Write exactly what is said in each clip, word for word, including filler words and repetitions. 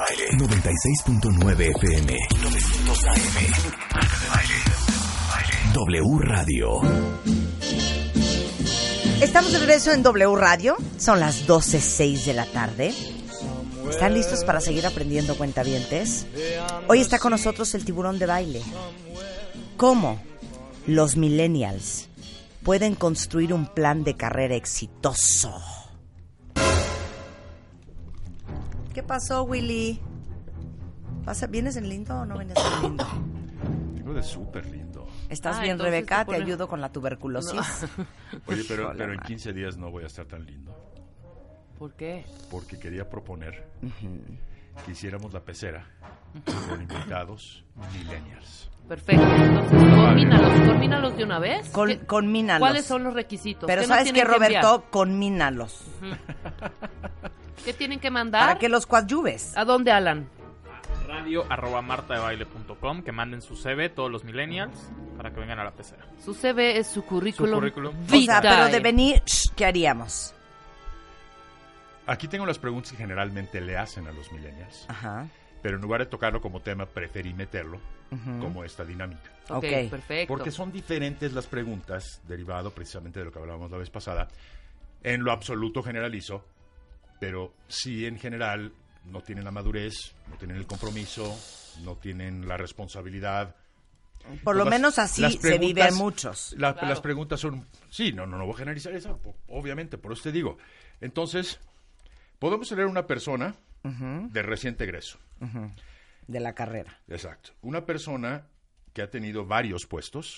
Baile. noventa y seis punto nueve F M. novecientos A M. Marta de Baile. W Radio. Estamos de regreso en W Radio. Son las doce seis de la tarde. ¿Están listos para seguir aprendiendo, cuentavientes? Hoy está con nosotros el tiburón de baile. ¿Cómo los millennials pueden construir un plan de carrera exitoso? ¿Qué pasó, Willy? ¿Pasa, ¿Vienes en lindo o no vienes en lindo? Vengo de súper lindo. ¿Estás Ah, bien, entonces Rebeca? te pone- Te ayudo con la tuberculosis. No. Oye, pero, Híjole, pero en man. quince días no voy a estar tan lindo. ¿Por qué? Porque quería proponer que hiciéramos la pecera con invitados millennials. Perfecto. Entonces, conmínalos, conmínalos de una vez. Con, ¿Qué- conmínalos. ¿Cuáles son los requisitos? Pero ¿Qué nos ¿sabes qué, tienen que Roberto? enviar? Conmínalos. ¿Qué tienen que mandar? Para que los coadyuves. ¿A dónde, Alan? Radio arroba martadebaile punto com, que manden su C V, todos los millennials, para que vengan a la pecera. Su C V es su currículum. Su currículum. O sea, vitae. pero de venir, shh, ¿qué haríamos? Aquí tengo las preguntas que generalmente le hacen a los millennials, Ajá. pero en lugar de tocarlo como tema, preferí meterlo como esta dinámica. Ok, Ok. perfecto. Porque son diferentes las preguntas, derivado precisamente de lo que hablábamos la vez pasada. En lo absoluto generalizo, pero sí en general no tienen la madurez, no tienen el compromiso, no tienen la responsabilidad. Por lo Las- menos así las se preguntas- viven muchos. la- Claro. Las preguntas son... Sí, no, no, no voy a generalizar eso, po- obviamente, por eso te digo. Entonces, podemos tener una persona de reciente egreso. De la carrera. Exacto. Una persona que ha tenido varios puestos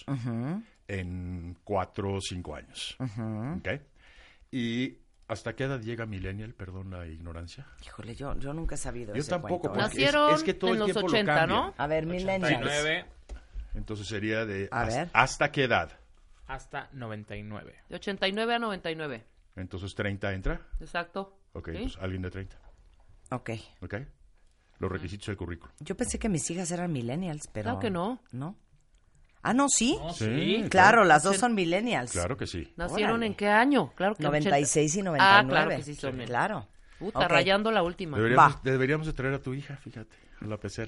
en cuatro o cinco años. ¿Ok? Y ¿hasta qué edad llega millennial? Perdón la ignorancia. Híjole, yo, yo nunca he sabido Yo ese tampoco, cuento. porque Nacieron es, es que todo en el los tiempo ochenta, lo cambia. ¿no? A ver, millennials. ochenta y nueve Entonces sería de A hasta, ver. ¿hasta qué edad? hasta noventa y nueve. De ochenta y nueve a noventa y nueve. Entonces treinta entra. Exacto. Ok, ¿Sí? pues alguien de treinta. Ok. Ok. Los requisitos del currículum. Yo pensé que mis hijas eran millennials, pero... Claro que no. ¿No? Ah, ¿no? ¿Sí? Sí, Claro, las dos son millennials. Claro que sí. ¿Nacieron Órale. en qué año? Claro que noventa y ochenta. seis y noventa y nueve. Ah, claro que sí son mil. Claro. Puta, Ok. rayando la última. Deberíamos, Va. deberíamos de traer a tu hija, fíjate, a la pecera.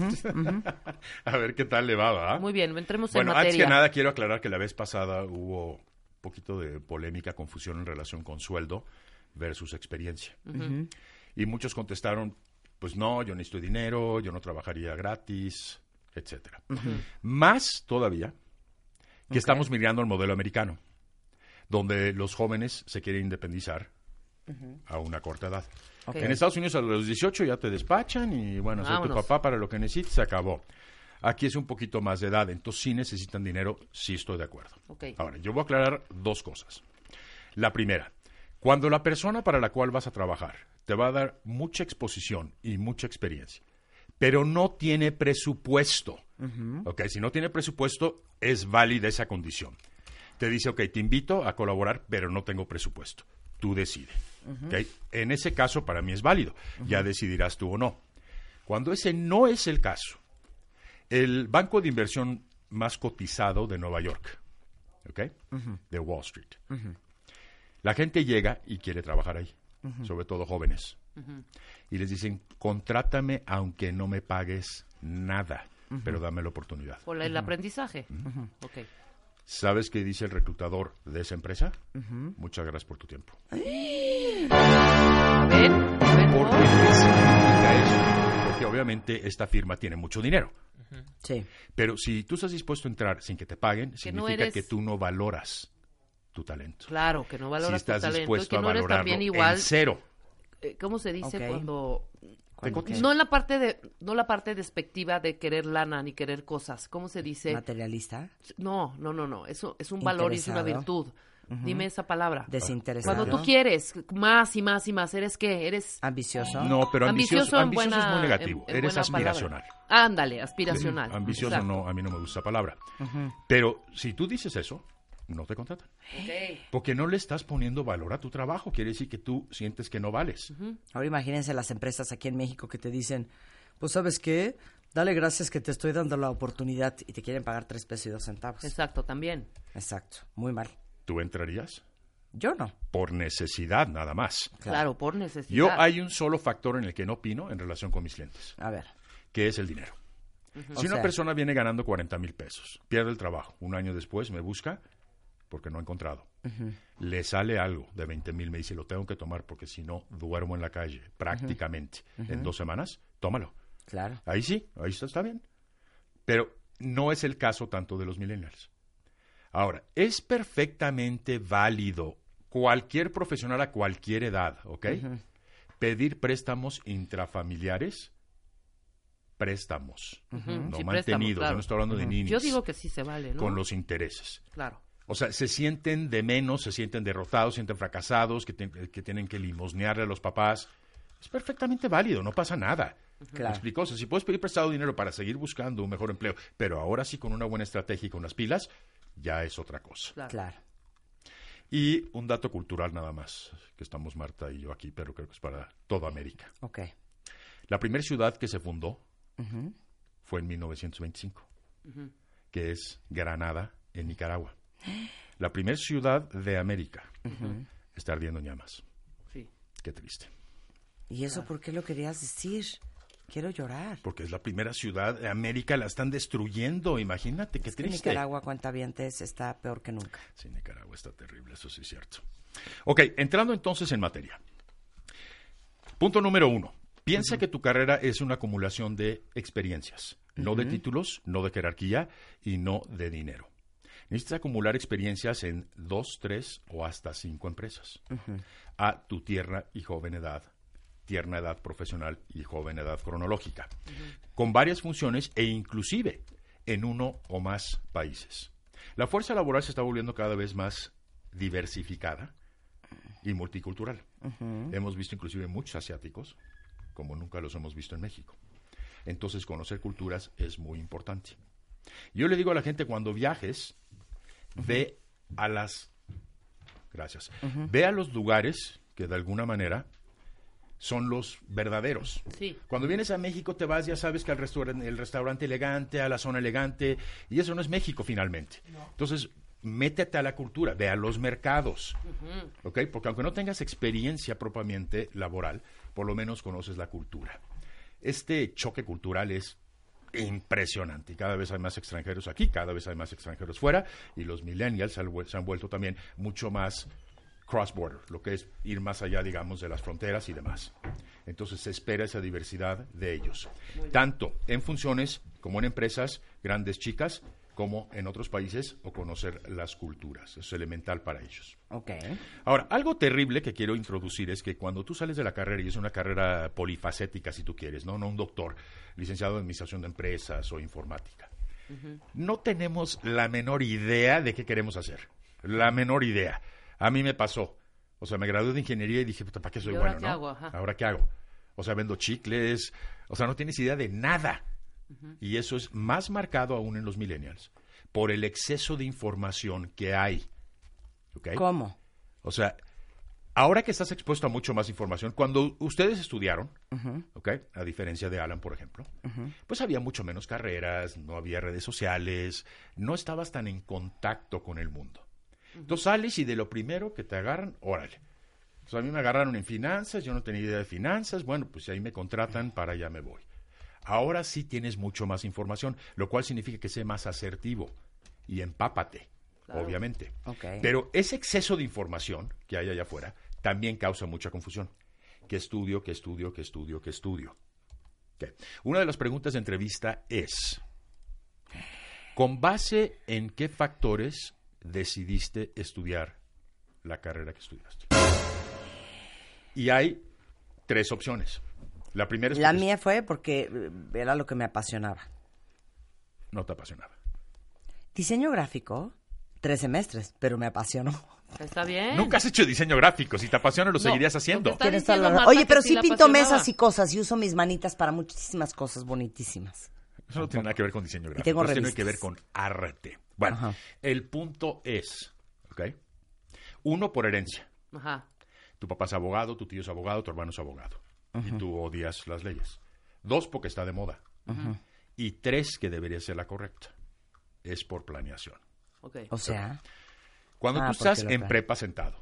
A ver qué tal le va, ¿va? Muy bien, entremos Bueno, en antes materia. que nada quiero aclarar que la vez pasada hubo un poquito de polémica, confusión en relación con sueldo versus experiencia. Y muchos contestaron, pues no, yo necesito dinero, yo no trabajaría gratis, etcétera. Más todavía que estamos mirando al modelo americano, donde los jóvenes se quieren independizar a una corta edad. Ok. En Estados Unidos a los dieciocho ya te despachan y bueno, soy tu Vámonos. papá para lo que necesites, se acabó. Aquí es un poquito más de edad, entonces sí necesitan dinero, sí estoy de acuerdo. Ok. Ahora, yo voy a aclarar dos cosas. La primera, cuando la persona para la cual vas a trabajar te va a dar mucha exposición y mucha experiencia, pero no tiene presupuesto, ¿ok? Si no tiene presupuesto, es válida esa condición. Te dice, ok, te invito a colaborar, pero no tengo presupuesto. Tú decides. ¿Ok? En ese caso, para mí es válido. Ya decidirás tú o no. Cuando ese no es el caso, el banco de inversión más cotizado de Nueva York, ¿ok? De Wall Street. La gente llega y quiere trabajar ahí, sobre todo jóvenes. Y les dicen, contrátame aunque no me pagues nada, pero dame la oportunidad. Por el aprendizaje. Ok. ¿Sabes qué dice el reclutador de esa empresa? Muchas gracias por tu tiempo. A ver, a ver, ¿Por ¿no? qué significa eso? Porque obviamente esta firma tiene mucho dinero. Sí. Pero si tú estás dispuesto a entrar sin que te paguen, Que significa no eres- que tú no valoras tu talento. Claro, que no Si valoras tu estás talento y dispuesto que a no eres valorarlo también igual. en cero. eh, ¿Cómo se dice Ok. cuando Te cotizan. no en la parte de no la parte despectiva de querer lana ni querer cosas? ¿Cómo se dice? Materialista. No, no, no, no. Eso es un valor y es una Interesado. virtud. Dime esa palabra. Desinteresado. Cuando tú quieres más y más y más, ¿eres qué? Eres Ambicioso. No, pero ambicioso, en ambicioso buena- es muy negativo. en- en Eres buena palabra. aspiracional. Ándale, aspiracional. Ambicioso Exacto. no, a mí no me gusta esa palabra. Pero si tú dices eso, no te contratan. Ok. Porque no le estás poniendo valor a tu trabajo. Quiere decir que tú sientes que no vales. Ahora imagínense las empresas aquí en México que te dicen, pues ¿sabes qué? Dale gracias que te estoy dando la oportunidad y te quieren pagar tres pesos y dos centavos. Exacto, también. Exacto. Muy mal. ¿Tú entrarías? Yo no. Por necesidad, nada más. Claro, por necesidad. Yo hay un solo factor en el que no opino en relación con mis clientes, A ver. que es el dinero. O Si una sea- persona viene ganando cuarenta mil pesos, pierde el trabajo, un año después me busca porque no ha encontrado. Le sale algo de veinte mil, me dice, lo tengo que tomar porque si no, duermo en la calle prácticamente en dos semanas, tómalo. Claro. Ahí sí, ahí está, está bien. Pero no es el caso tanto de los millennials. Ahora, es perfectamente válido cualquier profesional a cualquier edad, ¿ok? Pedir préstamos intrafamiliares, préstamos, no Sí, préstamos, mantenidos, claro. yo no estoy hablando de ninis, Yo digo que sí se vale, ¿no? con los intereses. Claro. O sea, se sienten de menos, se sienten derrotados, se sienten fracasados, que, te- que tienen que limosnearle a los papás. Es perfectamente válido, no pasa nada. ¿Me Claro. explico? O sea, si puedes pedir prestado dinero para seguir buscando un mejor empleo, pero ahora sí con una buena estrategia y con las pilas, ya es otra cosa. Claro. Claro. Y un dato cultural nada más, que estamos Marta y yo aquí, pero creo que es para toda América. Ok. La primera ciudad que se fundó fue en mil novecientos veinticinco, que es Granada, en Nicaragua. La primera ciudad de América está ardiendo en llamas. Sí. Qué triste. ¿Y eso por qué lo querías decir? Quiero llorar. Porque es la primera ciudad de América, la están destruyendo. Imagínate, qué Es que triste. Nicaragua, cuentavientes, está peor que nunca. Sí, Nicaragua está terrible, eso sí es cierto. Ok, entrando entonces en materia. Punto número uno. Piensa que tu carrera es una acumulación de experiencias, no de títulos, no de jerarquía y no de dinero. Necesitas acumular experiencias en dos, tres o hasta cinco empresas a tu tierna y joven edad, tierna edad profesional y joven edad cronológica, con varias funciones e inclusive en uno o más países. La fuerza laboral se está volviendo cada vez más diversificada y multicultural. Hemos visto inclusive muchos asiáticos, como nunca los hemos visto en México. Entonces, conocer culturas es muy importante. Yo le digo a la gente, cuando viajes, ve a las... Gracias. Ve a los lugares que de alguna manera son los verdaderos. Sí. Cuando vienes a México te vas, ya sabes que al restaurante, el restaurante elegante, a la zona elegante, y eso no es México finalmente. Entonces, métete a la cultura, ve a los mercados, ¿ok? Porque aunque no tengas experiencia propiamente laboral, por lo menos conoces la cultura. Este choque cultural es impresionante y cada vez hay más extranjeros aquí, cada vez hay más extranjeros fuera, y los millennials se han vuel- se han vuelto también mucho más cross-border, lo que es ir más allá, digamos, de las fronteras y demás. Entonces se espera esa diversidad de ellos, tanto en funciones como en empresas, grandes, chicas, como en otros países, o conocer las culturas. Es elemental para ellos. Ok. Ahora, algo terrible que quiero introducir es que cuando tú sales de la carrera, y es una carrera polifacética si tú quieres, no, no un doctor, licenciado en administración de empresas o informática, no tenemos la menor idea de qué queremos hacer. La menor idea. A mí me pasó. O sea, me gradué de ingeniería y dije, puta, ¿para qué soy ¿Y ahora bueno, qué no? hago? Ajá. ¿Ahora qué hago? O sea, vendo chicles. O sea, no tienes idea de nada. Y eso es más marcado aún en los millennials por el exceso de información que hay. ¿Ok? ¿Cómo? O sea, ahora que estás expuesto a mucho más información, cuando ustedes estudiaron, ¿ok? A diferencia de Alan, por ejemplo, pues había mucho menos carreras, no había redes sociales, no estabas tan en contacto con el mundo. Entonces sales y de lo primero que te agarran, órale. O sea, a mí me agarraron en finanzas, yo no tenía idea de finanzas, bueno, pues ahí me contratan, para allá me voy. Ahora sí tienes mucho más información, lo cual significa que sé más asertivo y empápate, Claro. obviamente. Ok. Pero ese exceso de información que hay allá afuera también causa mucha confusión. ¿Qué estudio, qué estudio, qué estudio, qué estudio? Okay. Una de las preguntas de entrevista es, ¿con base en qué factores decidiste estudiar la carrera que estudiaste? Y hay tres opciones. La primera es La porque mía fue porque eh, era lo que me apasionaba. no te apasionaba. Diseño gráfico, tres semestres, pero me apasionó. Está bien. Nunca has hecho diseño gráfico. Si te apasiona, lo No, seguirías lo haciendo. que está Tienes toda la diciendo razón. Marta Oye, que pero sí sí la pinto apasionaba. mesas y cosas y uso mis manitas para muchísimas cosas bonitísimas. Eso no tiene nada que ver con diseño gráfico. tengo Eso tiene revistas. que ver con arte. Bueno, Ajá. el punto es, ¿ok? Uno, por herencia. Ajá. Tu papá es abogado, tu tío es abogado, tu hermano es abogado. Y tú odias las leyes. Dos, porque está de moda. Y tres, que debería ser la correcta. Es por planeación. Ok. O sea, Cuando Ah, tú estás porque lo en plan- prepa sentado,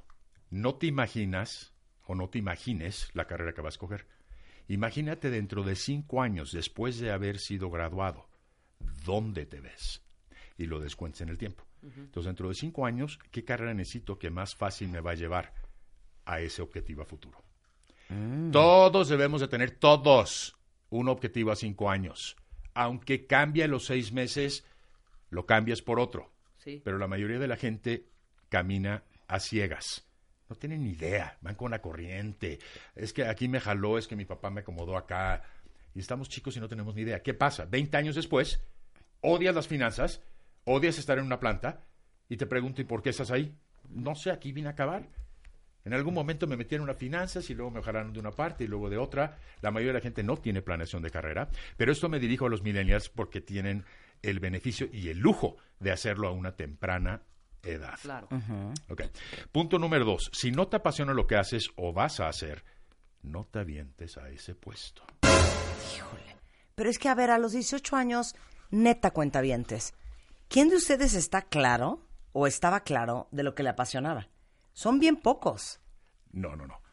no te imaginas o no te imagines la carrera que vas a escoger. Imagínate dentro de cinco años, después de haber sido graduado, ¿dónde te ves? Y lo descuentes en el tiempo. Uh-huh. Entonces, dentro de cinco años, ¿qué carrera necesito que más fácil me va a llevar a ese objetivo a futuro? Mm. Todos debemos de tener, todos, un objetivo a cinco años. Aunque cambie a los seis meses, lo cambias por otro. Sí. Pero la mayoría de la gente camina a ciegas. No tienen ni idea, van con la corriente. Es que aquí me jaló, es que mi papá me acomodó acá. Y estamos chicos y no tenemos ni idea. ¿Qué pasa? veinte años después, odias las finanzas, odias estar en una planta, y te pregunto, ¿y por qué estás ahí? No sé, aquí vine a acabar. En algún momento me metieron en unas finanzas y luego me jalaron de una parte y luego de otra. La mayoría de la gente no tiene planeación de carrera. Pero esto me dirijo a los millennials porque tienen el beneficio y el lujo de hacerlo a una temprana edad. Claro. Uh-huh. Okay. Punto número dos. Si no te apasiona lo que haces o vas a hacer, no te avientes a ese puesto. Híjole. Pero es que, a ver, a los dieciocho años, neta, cuentavientes, ¿quién de ustedes está claro o estaba claro de lo que le apasionaba? Son bien pocos. No, no, no.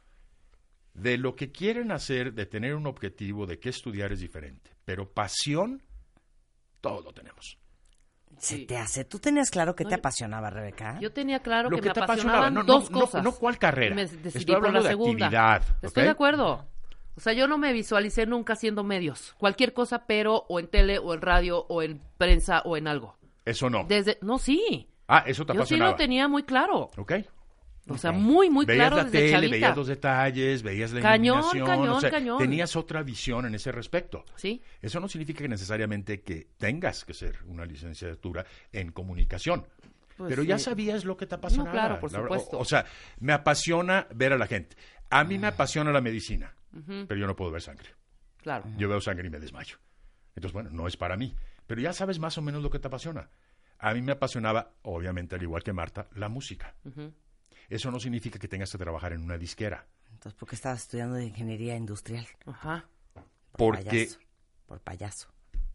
De lo que quieren hacer, de tener un objetivo, de qué estudiar es diferente. Pero pasión, todos lo tenemos. Se Sí. te hace. ¿Tú tenías claro qué No, te yo- apasionaba, Rebeca? Yo tenía claro Lo que, que me te apasionaban apasionaba, no, dos no, cosas. no, no cuál carrera. Me decidí Estoy por hablando la de segunda. actividad, Estoy ¿ok? de acuerdo. O sea, yo no me visualicé nunca haciendo medios. Cualquier cosa, pero o en tele, o en radio, o en prensa, o en algo. Eso no. Desde, no, sí. Ah, eso te Yo sí apasionaba. lo tenía muy claro. ¿Ok? O sea, muy, muy veías claro la desde tele, chavita. veías los detalles, veías la Cañón, iluminación. cañón, o sea, cañón. tenías otra visión en ese respecto. Sí. Eso no significa que necesariamente que tengas que ser una licenciatura en comunicación. Pues pero ya sí. sabías lo que te apasionaba. No, claro, por La verdad, supuesto. O, o sea, me apasiona ver a la gente. A mí me apasiona la medicina, pero yo no puedo ver sangre. Claro. Yo veo sangre y me desmayo. Entonces, bueno, no es para mí. Pero ya sabes más o menos lo que te apasiona. A mí me apasionaba, obviamente, al igual que Marta, la música. Ujú. Eso no significa que tengas que trabajar en una disquera. Entonces, ¿por qué estabas estudiando de ingeniería industrial? Ajá. Por Porque payaso. Por payaso.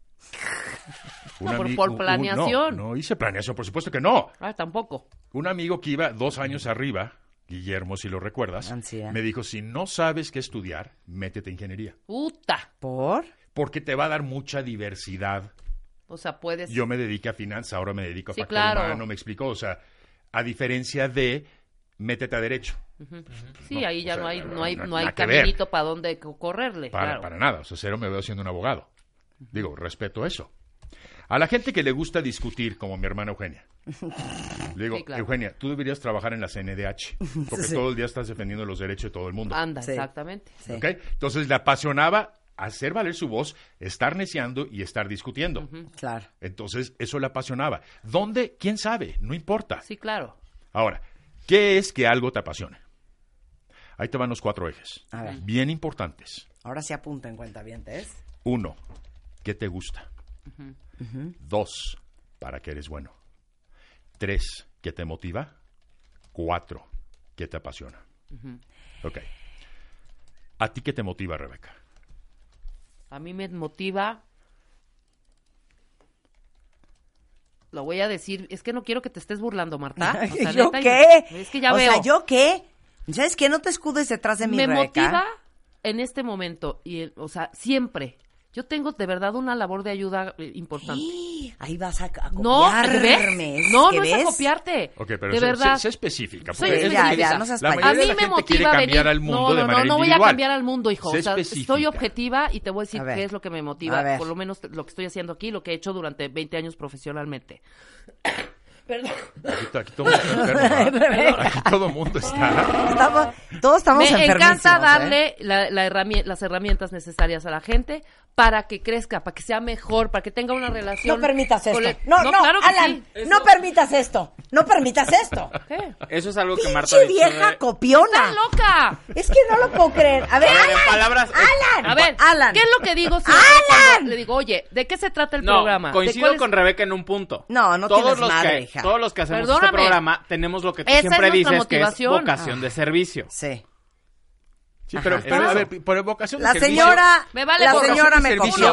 un No, por- ami- por un- un- planeación. no, no hice planeación, por supuesto que no. Ah, tampoco. Un amigo que iba dos años arriba, Guillermo, si lo recuerdas, Ansía. me dijo, si no sabes qué estudiar, métete a ingeniería. Puta. ¿Por? Porque te va a dar mucha diversidad. O sea, puedes... Yo me dediqué a finanzas, ahora me dedico a Sí, factor claro. humano, me explicó. O sea, a diferencia de métete a derecho. Sí, No, ahí ya o sea, no hay, no, no hay, no- no hay nada que ver. caminito para dónde co- correrle. Para, claro. para nada. O sea, cero me veo siendo un abogado. Digo, respeto eso. A la gente que le gusta discutir, como mi hermana Eugenia. Le digo, Sí, claro. Eugenia, tú deberías trabajar en la C N D H. Porque Sí. todo el día estás defendiendo los derechos de todo el mundo. Anda, Sí. exactamente. Sí. ¿Ok? Entonces le apasionaba hacer valer su voz, estar neciando y estar discutiendo. Claro. Entonces, eso le apasionaba. ¿Dónde? ¿Quién sabe? No importa. Sí, claro. Ahora, ¿qué es que algo te apasione? Ahí te van los cuatro ejes. A ver. Bien importantes. Ahora sí apunta en cuentavientes. Uno, ¿qué te gusta? Dos, ¿para qué eres bueno? Tres, ¿qué te motiva? Cuatro, ¿qué te apasiona? Ok. ¿A ti qué te motiva, Rebeca? A mí me motiva... Lo voy a decir, es que no quiero que te estés burlando, Marta. O sea, ¿Yo neta, qué? Es que ya o veo. sea, ¿yo qué? ¿Sabes qué? No te escudes detrás de mi Me Rebeca. motiva en este momento, y el- o sea, siempre. Yo tengo de verdad una labor de ayuda eh, importante. Ahí vas a, a No, copiarme. ¿ves? No, ¿Qué no es a ves? copiarte. Ok, pero de sé, verdad. sé- sé específica. Soy porque es ya, que ya, no seas la payaso. A mayoría mí de la me gente quiere motiva cambiar venir. al mundo no, de no, manera no, no voy a individual. cambiar al mundo, hijo. Sé O sea, específica. estoy objetiva y te voy a decir A ver. qué es lo que me A motiva. ver. Por lo menos lo que estoy haciendo aquí, lo que he hecho durante veinte años profesionalmente. Perdón. Aquí, aquí todo el mundo está enfermo, ¿verdad? Aquí todo el mundo está. Estamos- todos estamos Me enfermísimos, encanta ¿eh? darle la, la herramien- las herramientas necesarias a la gente para que crezca, para que sea mejor, para que tenga una relación. No permitas esto. con el- No, no, claro que Alan, sí. no permitas esto. No permitas esto. ¿Qué? Eso es algo que Marta ha Pinche dicho vieja de- copiona. ¡Está loca! Es que no lo puedo creer. A ver, A ver, en Alan, palabras- Alan, A ver, Alan. ¿qué es lo que digo siempre ¡Alan! cuando le digo, oye, ¿de qué se trata el No, programa? ¿De coincido cuál es- con Rebeca en un punto. No, no todos tienes los madre, que, hija. Todos los que hacemos Perdóname. este programa tenemos lo que tú Esa es siempre nuestra dices, que es motivación. vocación de servicio. Sí. Sí, pero, Ajá. pero, a ver, por vocación de La servicio- señora, Me vale la vocación señora de me servicio. copió.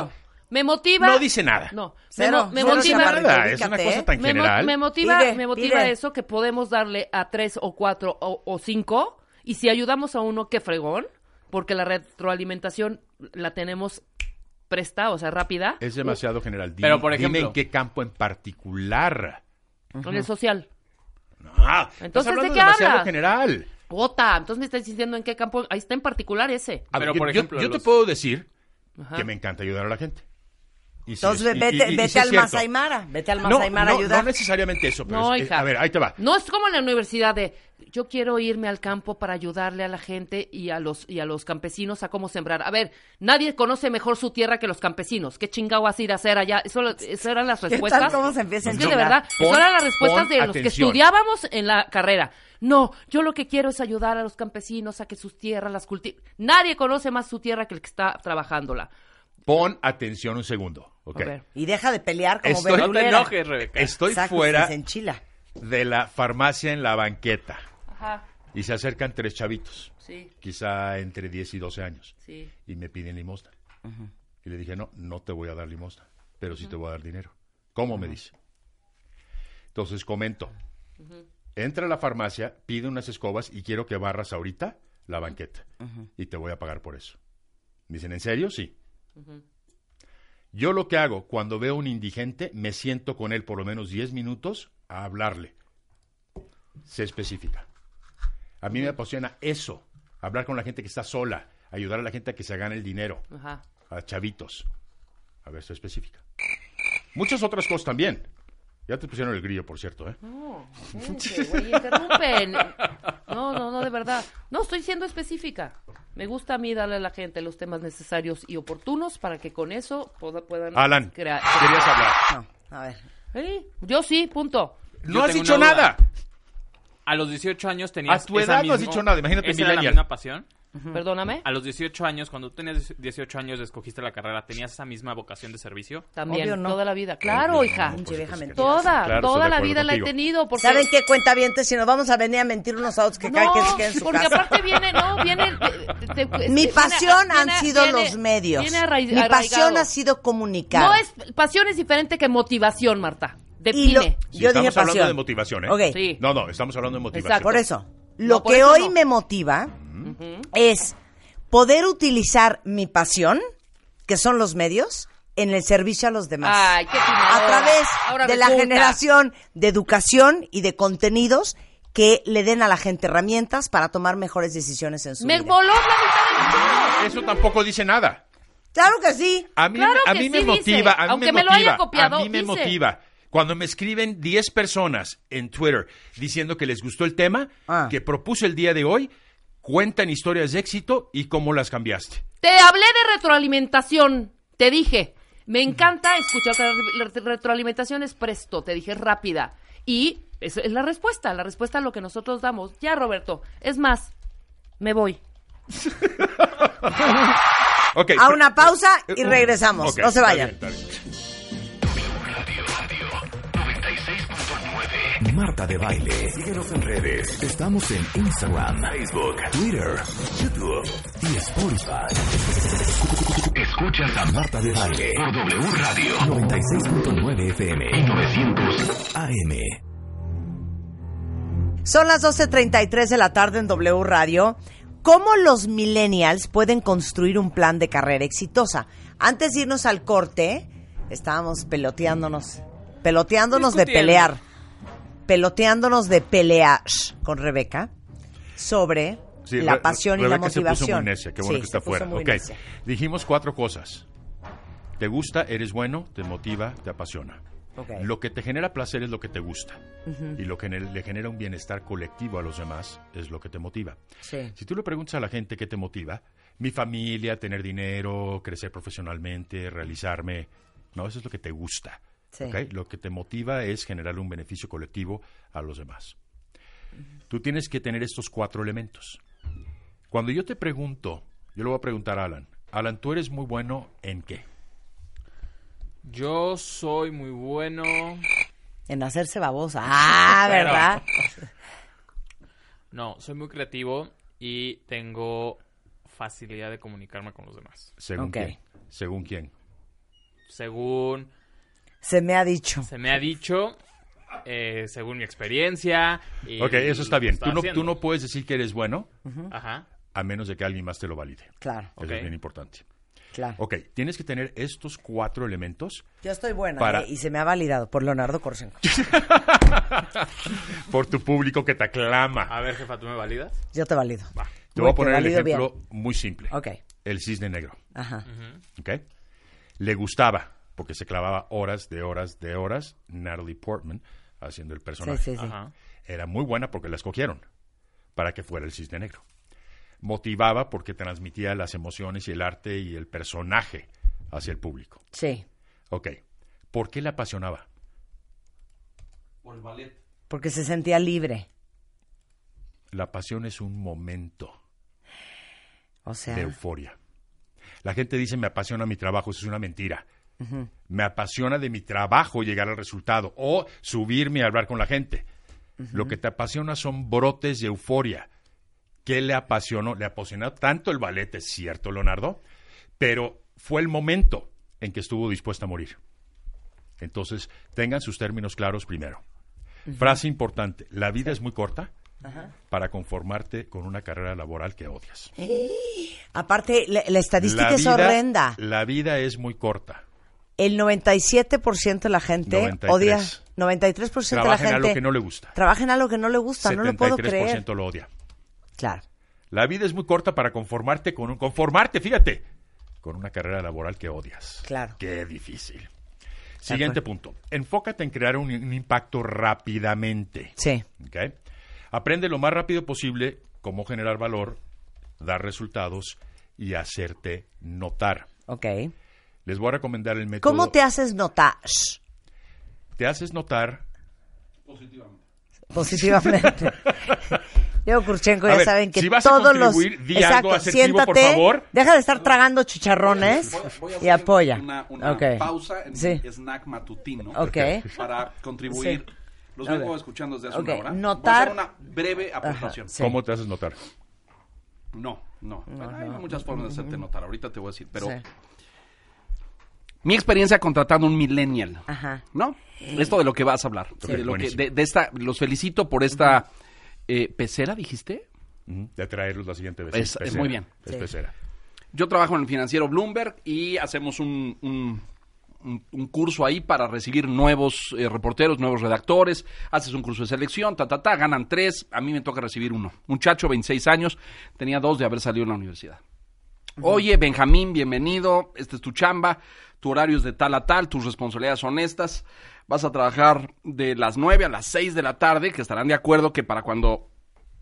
Me motiva. No dice nada. No, Cero, me, mo- me cero motiva. siempre. Nada, es una Ubícate, cosa ¿eh? tan Me, mo- general. me motiva, Pide, me motiva pide. eso que podemos darle a tres o cuatro o, o cinco y si ayudamos a uno, qué fregón, porque la retroalimentación la tenemos presta, o sea, rápida. Es demasiado general. Dime, Pero, por dime ejemplo- en qué campo en particular. En el social. No, Entonces, estás hablando ¿de qué demasiado hablas? general. Ota, entonces me estás diciendo en qué campo, ahí está en particular ese. A ver, Pero, yo, por yo- ejemplo, yo te los- puedo decir Ajá. que me encanta ayudar a la gente. Y sí Entonces es- y- vete, y- y- y vete sí es al cierto. Masaimara. Vete al No, Masaimara a no, ayudar. no necesariamente eso, pero No, es- hija. a ver, ahí te va. No es como en la universidad de yo quiero irme al campo para ayudarle a la gente y a los y a los campesinos a cómo sembrar. A ver, nadie conoce mejor su tierra que los campesinos. ¿Qué chingado vas a ir a hacer allá? Eso, eso eran las ¿Qué respuestas. tal cómo se empieza a Es que de enchilar? verdad, Pon- eso eran las respuestas pon de los que atención. estudiábamos en la carrera. No, yo lo que quiero es ayudar a los campesinos a que sus tierras las cultiven. Nadie conoce más su tierra que el que está trabajándola. Pon atención un segundo, ¿ok? A ver. Y deja de pelear como Estoy- No te verdulera. enojes, Rebeca. Estoy Exacto, fuera se enchila. de la farmacia en la banqueta Ajá, y se acercan tres chavitos, sí, quizá entre diez y doce años, sí. y me piden limosna. Y le dije, no, no te voy a dar limosna, pero sí te voy a dar dinero. ¿Cómo? Me dice. Entonces comento. Entra a la farmacia, pide unas escobas y quiero que barras ahorita la banqueta. Y te voy a pagar por eso. Me dicen, ¿en serio? Sí. Yo lo que hago cuando veo a un indigente, me siento con él por lo menos diez minutos a hablarle. Sé específica. A mí me apasiona eso, hablar con la gente que está sola, ayudar a la gente a que se gane el dinero, Ajá. a chavitos. A ver, sé específica. Muchas otras cosas también. Ya te pusieron el grillo, por cierto, ¿eh? No, gente, güey, interrumpen. No, no, no, de verdad. No, estoy siendo específica. Me gusta a mí darle a la gente los temas necesarios y oportunos para que con eso poda- puedan Alan, crear. querías hablar. No, a ver. Sí, yo sí, punto. No Yo has tengo dicho una duda. nada. A los dieciocho años tenías A tu esa edad no has mismo- dicho nada, imagínate ¿esa era la millennial. misma pasión? Perdóname. A los dieciocho años, cuando tú tenías dieciocho años, escogiste la carrera, ¿tenías esa misma vocación de servicio? También, Obvio no. toda la vida. Claro, Obvio, hija. no, por Pinche vieja supuesto que mentirosa. Toda, Claro, estoy toda de la acuerdo vida la he contigo. tenido. Porque... ¿Saben qué, cuentavientes? Si nos vamos a venir a mentir unos a otros, que cada quien se quede en su porque casa. aparte viene, no, viene... te- te- te- Mi viene- pasión viene- han sido viene- los medios. viene arrai- Mi pasión arraigado. ha sido comunicar. No es... Pasión es diferente que motivación, Marta. Y lo- Define. Sí, yo dije estamos hablando pasión. de motivación, ¿eh? Ok. Sí. No, no, estamos hablando de motivación. Exacto. Por eso, lo No, por que eso hoy no. me motiva es poder utilizar mi pasión, que son los medios, en el servicio a los demás. Ay, qué a timadora. través Ahora de la resulta. generación de educación y de contenidos que le den a la gente herramientas para tomar mejores decisiones en su Me vida. voló la mitad del choro. Eso tampoco dice nada. Claro que sí. A mí, Claro a que mí me sí motiva, dice. a mí Aunque me me lo haya motiva, copiado, a mí me dice. motiva. Cuando me escriben diez personas en Twitter diciendo que les gustó el tema Ah. que propuse el día de hoy, cuentan historias de éxito y cómo las cambiaste. Te hablé de retroalimentación. Te dije, me encanta escuchar. La re- retroalimentación es presto, te dije rápida. Y esa es la respuesta, la respuesta a lo que nosotros damos. Ya, Roberto. Es más, me voy. Okay, A pero- una pausa y Uh, regresamos. ok, No se está vayan. bien, está bien. Marta de Baile. Síguenos en redes. Estamos en Instagram, Facebook, Twitter, YouTube y Spotify. Escuchas a Marta de Baile por W Radio noventa y seis punto nueve F M y novecientos A M. Son las doce treinta y tres de la tarde en W Radio. ¿Cómo los millennials pueden construir un plan de carrera exitosa? Antes de irnos al corte, estábamos peloteándonos, peloteándonos de Discutiendo. pelear, peloteándonos de pelear con Rebeca sobre Sí, la Re- pasión y la Rebeca se motivación. puso muy necia, qué bueno Sí, que está se puso fuera. muy Ok, necia. dijimos cuatro cosas. Te gusta, eres bueno, te motiva, te apasiona. Ok. Lo que te genera placer es lo que te gusta. Y lo que ne- le genera un bienestar colectivo a los demás es lo que te motiva. Sí. Si tú le preguntas a la gente qué te motiva, mi familia, tener dinero, crecer profesionalmente, realizarme, no, eso es lo que te gusta. Sí. ¿Ok? Lo que te motiva es generarle un beneficio colectivo a los demás. Tú tienes que tener estos cuatro elementos. Cuando yo te pregunto, yo le voy a preguntar a Alan, Alan, ¿tú eres muy bueno en qué? Yo soy muy bueno... En hacerse babosa. Ah, Pero- ¿verdad? No, soy muy creativo y tengo facilidad de comunicarme con los demás. ¿Según Ok. quién? ¿Según quién? según Se me ha dicho. se me ha dicho, eh, según mi experiencia. Y Ok, eso está lo que bien. estoy Tú no, haciendo. tú no puedes decir que eres bueno Ajá. a menos de que alguien más te lo valide. Claro, Eso Ok. es bien importante. claro. Ok, tienes que tener estos cuatro elementos Yo estoy buena Para- ¿eh? Y se me ha validado por Leonardo Corsenco. por tu público que te aclama. A ver, jefa, ¿tú me validas? Yo te valido. Va. Te voy a Muy- poner el valido ejemplo bien. muy simple. Ok, El cisne negro. ajá. ¿Ok? Le gustaba, porque se clavaba horas de horas de horas, Natalie Portman haciendo el Sí, personaje. sí, sí. Ajá. Era muy buena porque la escogieron para que fuera el cisne negro. Motivaba porque transmitía las emociones y el arte y el personaje hacia el público. Sí, Ok. ¿Por qué le apasionaba? Por el ballet. porque se sentía libre. La pasión es un momento O sea, de euforia. La gente dice, me apasiona mi trabajo, eso es una mentira. Me apasiona de mi trabajo llegar al resultado o subirme a hablar con la gente. Lo que te apasiona son brotes de euforia. ¿Qué le apasionó? Le apasionó tanto el ballet, es cierto, Leonardo, pero fue el momento en que estuvo dispuesta a morir. Entonces, tengan sus términos claros primero. Frase importante, la vida es muy corta para conformarte con una carrera laboral que odias. aparte, la, la estadística La es vida- horrenda. La vida es muy corta. El noventa y siete por ciento de la gente noventa y tres. odia. noventa y tres por ciento de la Trabaja en gente algo que no le gusta. trabaja en algo que no le gusta. No lo puedo setenta y tres por creer. ciento lo odia. Claro. La vida es muy corta para conformarte con un... Conformarte, fíjate, con una carrera laboral que odias. Claro. Qué difícil. Siguiente punto. Enfócate en crear un, un impacto rápidamente. Sí. ¿Ok? Aprende lo más rápido posible cómo generar valor, dar resultados y hacerte notar. Ok. Les voy a recomendar el método... ¿Cómo te haces notar? Te haces notar... Positivamente. Diego Kurchenko, A ya ver, saben que si vas a todos los... contribuir, di algo asertivo, por siéntate, favor. deja de estar tragando chicharrones Voy a- voy a y hacer apoya. Una, una Ok. pausa en Sí. mi snack matutino Ok. para contribuir. Sí. Los A vengo ver. escuchando desde hace Ok, una hora. notar- Voy a hacer una breve aportación. Sí. ¿Cómo te haces notar? No, no. Hay muchas formas de hacerte notar. Ahorita te voy a decir. Pero Sí. mi experiencia contratando un millennial. Ajá. ¿No? Esto de lo que vas a hablar. Sí. De lo que, Buenísimo. de, de esta, los felicito por esta eh, pecera, dijiste. Ujú. De traerlos la siguiente vez. Es- Sí, es pecera. muy bien. Es Sí. pecera. Yo trabajo en el financiero Bloomberg y hacemos un, un, un- un curso ahí para recibir nuevos eh, reporteros, nuevos redactores. Haces un curso de selección, ta, ta, ta, ganan tres. A mí me toca recibir uno. Muchacho, veintiséis años, tenía dos de haber salido de la universidad. Oye, Benjamín, bienvenido. Esta es tu chamba. Tu horario es de tal a tal. Tus responsabilidades son estas. Vas a trabajar de las nueve a las seis de la tarde, que estarán de acuerdo que para cuando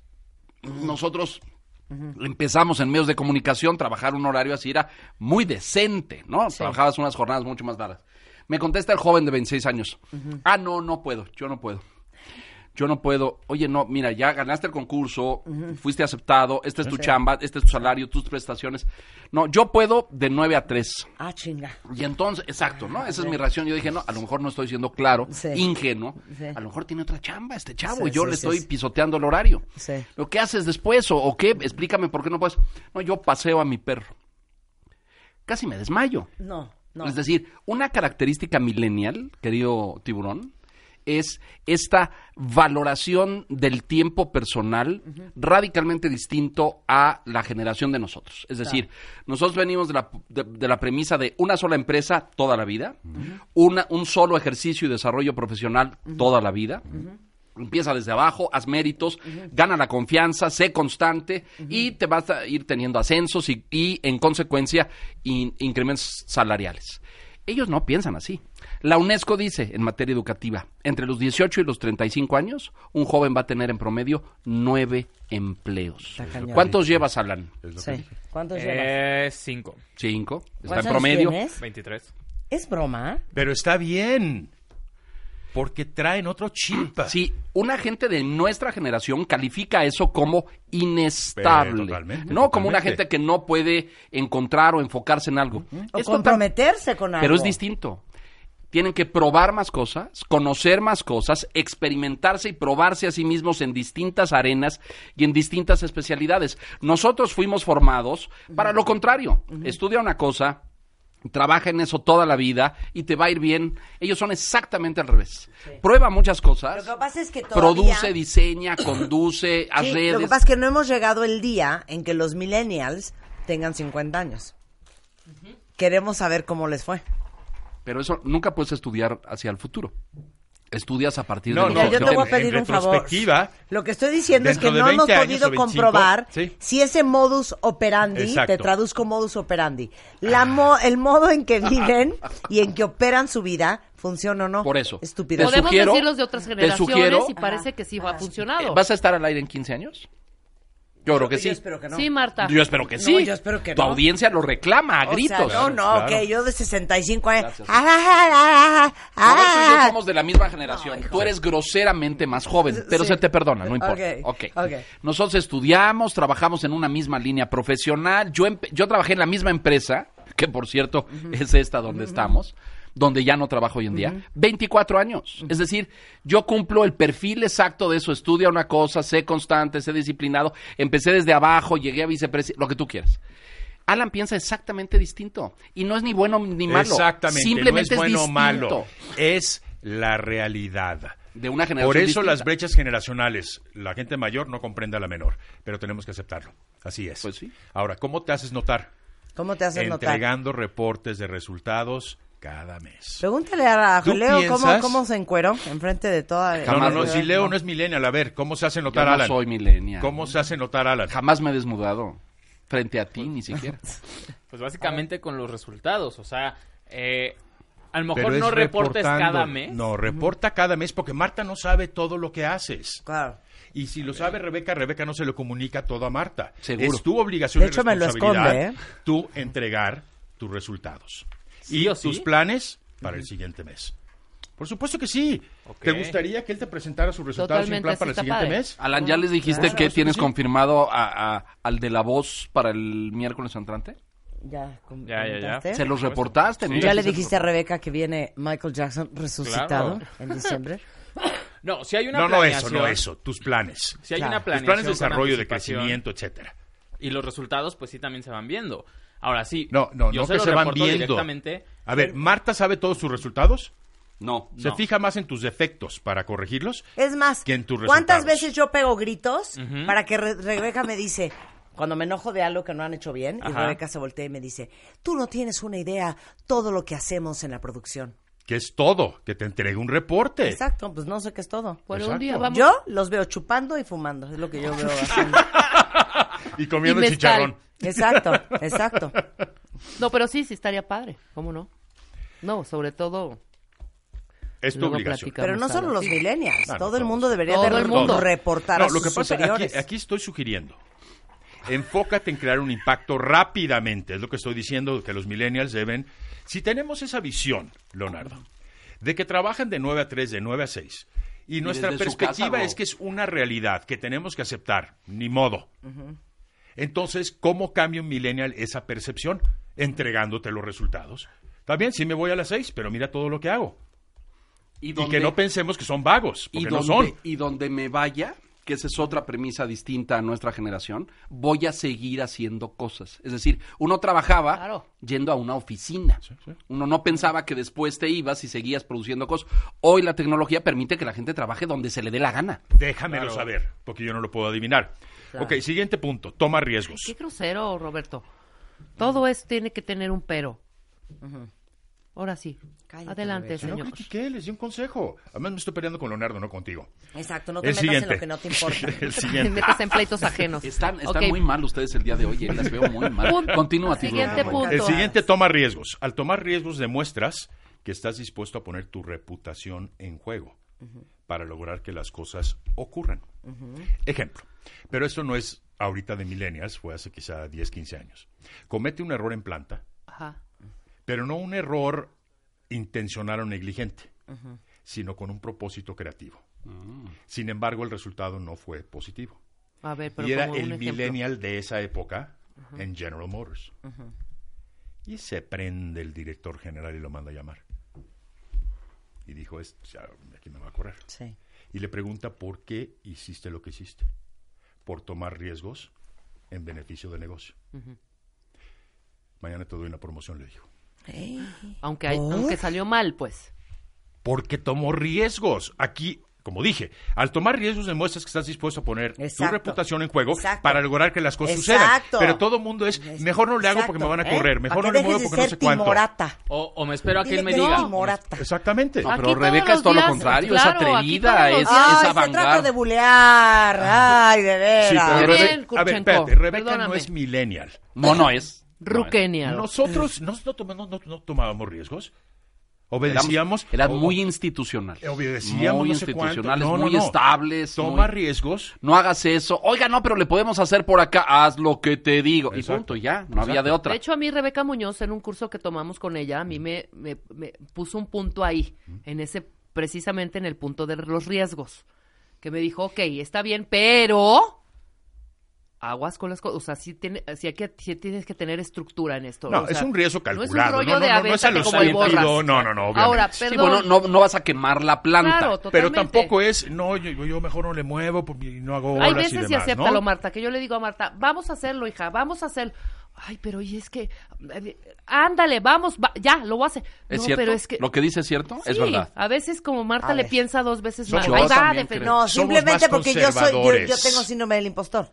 nosotros empezamos en medios de comunicación, trabajar un horario así era muy decente, ¿no? Sí. Trabajabas unas jornadas mucho más largas. Me contesta el joven de veintiséis años. Ah, no, no puedo, yo no puedo. Yo no puedo. Oye, no, mira, ya ganaste el concurso, fuiste aceptado, esta es tu chamba, este es tu salario, tus prestaciones. No, yo puedo de nueve a tres. Ah, chinga. Y entonces, exacto, ¿no? Esa es mi reacción. Yo dije, no, a lo mejor no estoy siendo claro, Sí. ingenuo. Sí. A lo mejor tiene otra chamba este chavo Sí, y yo sí, le sí, estoy sí. pisoteando el horario. Sí. ¿Lo que haces después o, o qué? Explícame por qué no puedes. No, yo paseo a mi perro. Casi me desmayo. No, no. Es decir, una característica millennial, querido tiburón, es esta valoración del tiempo personal radicalmente distinto a la generación de nosotros. Es decir, nosotros venimos de la, de, de la premisa de una sola empresa toda la vida, una, un solo ejercicio y desarrollo profesional toda la vida. Empieza desde abajo, haz méritos, gana la confianza, sé constante y te vas a ir teniendo ascensos y, y en consecuencia, in- incrementos salariales. Ellos no piensan así. La UNESCO dice en materia educativa, entre los dieciocho y los treinta y cinco años, un joven va a tener en promedio nueve empleos. Está cañón. ¿Cuántos llevas, Alan? Es lo que Sí. dije. ¿Cuántos llevas? Eh, cinco. Cinco. Está ¿Cuántos en promedio. años tienes? veintitrés. ¿Es broma? Pero está bien. Porque traen otro chip. Sí, una gente de nuestra generación califica eso como inestable. Pero totalmente, no como una totalmente. gente que no puede encontrar o enfocarse en algo. O Es total- comprometerse con algo. Pero es distinto. Tienen que probar más cosas, conocer más cosas, experimentarse y probarse a sí mismos en distintas arenas y en distintas especialidades. Nosotros fuimos formados para lo contrario. Estudia una cosa, trabaja en eso toda la vida y te va a ir bien. Ellos son exactamente al revés. Prueba muchas cosas. Lo que pasa es que todavía... Produce, diseña, conduce, haz Sí, redes. lo que pasa es que no hemos llegado el día en que los millennials tengan cincuenta años. Queremos saber cómo les fue. Pero eso nunca puedes estudiar hacia el futuro. Estudias a partir No, de Mira, los yo te voy a en pedir un favor. retrospectiva, Lo que estoy diciendo es que dentro no de hemos veinte años podido o veinticinco, comprobar sí. si ese modus operandi, Exacto. te traduzco modus operandi, la mo- el modo en que viven y en que operan su vida, funciona o no. Por eso. Estúpido. Te Podemos sugiero- decirlos de otras te generaciones sugiero- y parece que sí ha funcionado. ¿Vas a estar al aire en quince años? Yo creo que Yo sí. espero que no. Sí, Marta. Yo espero que No, sí. yo espero que Tu no. audiencia lo reclama a O gritos. sea, no, no, Claro. ok, yo de sesenta y cinco años. Gracias. Ah, ah, ah, ah, ah, Como tú y yo ah. somos de la misma generación. Tú eres groseramente más joven, pero Sí. se te perdona, no importa. Ok, Ok. ok. Nosotros estudiamos, trabajamos en una misma línea profesional. Yo, empe- yo trabajé en la misma empresa, que por cierto es esta donde estamos, donde ya no trabajo hoy en día, veinticuatro años. Es decir, yo cumplo el perfil exacto de eso. Estudia una cosa, sé constante, sé disciplinado. Empecé desde abajo, llegué a vicepresidente, lo que tú quieras. Alan piensa exactamente distinto. Y no es ni bueno ni malo. exactamente, Simplemente no es bueno o distinto. malo, es la realidad. De una generación Por eso distinta. las brechas generacionales, la gente mayor no comprende a la menor, pero tenemos que aceptarlo. Así es. Pues sí. Ahora, ¿cómo te haces notar? ¿Cómo te haces notar? Entregando reportes de resultados cada mes. Pregúntale a ¿Tú Leo cómo, piensas? cómo se encueró enfrente de toda... No, Jamás no, no, lo- si Leo no es millennial, a ver, ¿cómo se hace Yo notar no Alan? soy millennial. ¿Cómo se hace notar Alan? Jamás me he desnudado. Frente a ti, ni siquiera. Pues básicamente con los resultados, o sea, eh, a lo mejor Pero es no reportes reportando. cada mes. No, reporta cada mes porque Marta no sabe todo lo que haces. Claro. Y si lo sabe Rebeca, Rebeca no se lo comunica todo a Marta. Seguro. Es tu obligación De y hecho, me lo responsabilidad esconde, ¿eh? tú entregar tus resultados. ¿Sí y o sí? tus planes para el siguiente mes. Por supuesto que sí. Ok. ¿Te gustaría que él te presentara sus resultados y un Totalmente, plan sí para el está siguiente padre. mes? Alan, ¿ya les dijiste Claro, que eso tienes sí. confirmado a, a- al de la voz para el miércoles entrante? Ya, com- Ya, ya, ya. comentaste. ¿Se los reportaste? Mira, ¿Ya sí le se dijiste a los- Rebeca que viene Michael Jackson resucitado Claro. en diciembre? No, si hay una No, no eso, planeación. no eso. Tus planes. Si hay Claro. una Tus planeación planes de con desarrollo, de anticipación crecimiento, etcétera. y los resultados, pues sí también se van viendo. Ahora sí. No, no, yo no se que lo se van reporto viendo. directamente. A ver, ¿Marta sabe todos tus resultados? No. ¿Se No. fija más en tus defectos para corregirlos? Es más, Que en tus ¿cuántas resultados. veces yo pego gritos Ujú. para que Re- Rebeca me dice, cuando me enojo de algo que no han hecho bien, y Ajá. Rebeca se voltea y me dice, tú no tienes una idea todo lo que hacemos en la producción. Que es todo, que te entregue un reporte. Exacto, pues no sé qué es todo. Bueno, Exacto. un día vamos. Yo los veo chupando y fumando, es lo que yo veo haciendo. Y comiendo Y mezcal. chicharrón. Exacto, exacto. No, pero sí, sí estaría padre. ¿Cómo no? No, sobre todo. Es tu Luego obligación. platicamos. Pero no solo algo. los millennials, Ah, no, todo el todos. mundo debería Todo de el mundo. reportar No, a lo sus que pasa, superiores. aquí, aquí estoy sugiriendo. Enfócate en crear un impacto rápidamente. Es lo que estoy diciendo, que los millennials deben... Si tenemos esa visión, Leonardo, de que trabajan de nueve a tres, de nueve a seis, y nuestra desde su perspectiva casa, es que es una realidad que tenemos que aceptar, ni modo. Entonces, ¿cómo cambia un millennial esa percepción? Entregándote los resultados. Está bien, sí me voy a las seis, pero mira todo lo que hago. Y, Y donde- que no pensemos que son vagos, y porque no donde, son. y donde me vaya, que esa es otra premisa distinta a nuestra generación, voy a seguir haciendo cosas. Es decir, uno trabajaba Claro. yendo a una oficina. Uno no pensaba que después te ibas y seguías produciendo cosas. Hoy la tecnología permite que la gente trabaje donde se le dé la gana. Déjamelo Claro. saber, porque yo no lo puedo adivinar. Ok, siguiente punto, toma riesgos. Qué grosero, Roberto. Todo es tiene que tener un pero. Ahora sí. Cállate, Adelante, Rebeca. No señor. critiqué, les di un consejo. Además me estoy peleando con Leonardo, no contigo. Exacto, no te El metas en siguiente. lo que no te importa. El Te siguiente. metes en pleitos ajenos. Están, están Ok. muy mal ustedes el día de hoy, ¿eh? Las veo muy mal. Punto. Continúa, Tiburón. Siguiente punto. El siguiente toma riesgos. Al tomar riesgos demuestras que estás dispuesto a poner tu reputación en juego para lograr que las cosas ocurran. Ejemplo, pero esto no es ahorita de millennials, fue hace quizá diez, quince años. Comete un error en planta, Ajá. pero no un error intencional o negligente, sino con un propósito creativo. Sin embargo, el resultado no fue positivo. A ver, pero Y era como un el ejemplo. millennial de esa época en General Motors. Y se prende el director general y lo manda a llamar. Y dijo, es, ya, aquí me va a correr. Sí. Y le pregunta por qué hiciste lo que hiciste. Por tomar riesgos en beneficio del negocio. Mañana te doy una promoción, le dijo. Aunque, hay- ¿Por? aunque salió mal, pues. Porque tomó riesgos. Aquí, como dije, al tomar riesgos demuestras que estás dispuesto a poner Exacto. tu reputación en juego Exacto. para lograr que las cosas Exacto. sucedan. Pero todo el mundo es, mejor no le hago porque me van a Exacto, correr, ¿eh? mejor ¿Para no qué le muevo dejes porque de no ser sé cuánto. timorata? O, o me espero a que Dile él me que diga. no, timorata. Exactamente. No, Aquí pero todos Rebeca los es todo lo días, contrario, claro, es aquí atrevida, todos los es, días. es Ay, se trata avangar. de bulear. Ay, de veras. Sí, pero Muy Rebe- bien, a ver, Kurchenko, espérate, Rebeca no perdóname. es millennial. No, no es. Ruquenial. Nosotros no, no, toma- no- no- no tomábamos riesgos. Obedecíamos. Era o- muy institucional. Obedecíamos Muy no sé cuánto. institucionales, No, no, muy no. estables. Toma muy- riesgos. No hagas eso. Oiga, no, pero le podemos hacer por acá. Haz lo que te digo. Y Exacto. punto, ya. No había de otra. De hecho, a mí Rebeca Muñoz, en un curso que tomamos con ella, a mí me, me- me puso un punto ahí, en ese, precisamente en el punto de los riesgos, que me dijo, ok, está bien, pero aguas con las cosas, o sea, sí, tiene, sí, hay que, sí tienes que tener estructura en esto. No, o sea, es un riesgo no es un calculado. rollo No, no, de no, no es a avéntate lo como el estúpido. borras. No, no, no, obviamente. Ahora, Sí, perdón. bueno, no, no vas a quemar la planta. Claro, Pero totalmente. tampoco es, no, yo, yo mejor no le muevo porque no hago horas Hay y veces demás, y acéptalo, ¿no? Marta, que yo le digo a Marta, vamos a hacerlo, hija, vamos a hacerlo. Ay, pero y es que, eh, ándale, vamos, va- ya, lo voy a hacer. ¿Es no, cierto? pero es que... ¿Lo que dice es cierto? Es Sí, verdad. a veces como Marta A le ver. piensa dos veces Yo más. Ahí va, también defen- creo. No, Somos simplemente más porque yo soy, yo, yo conservadores. tengo síndrome del impostor.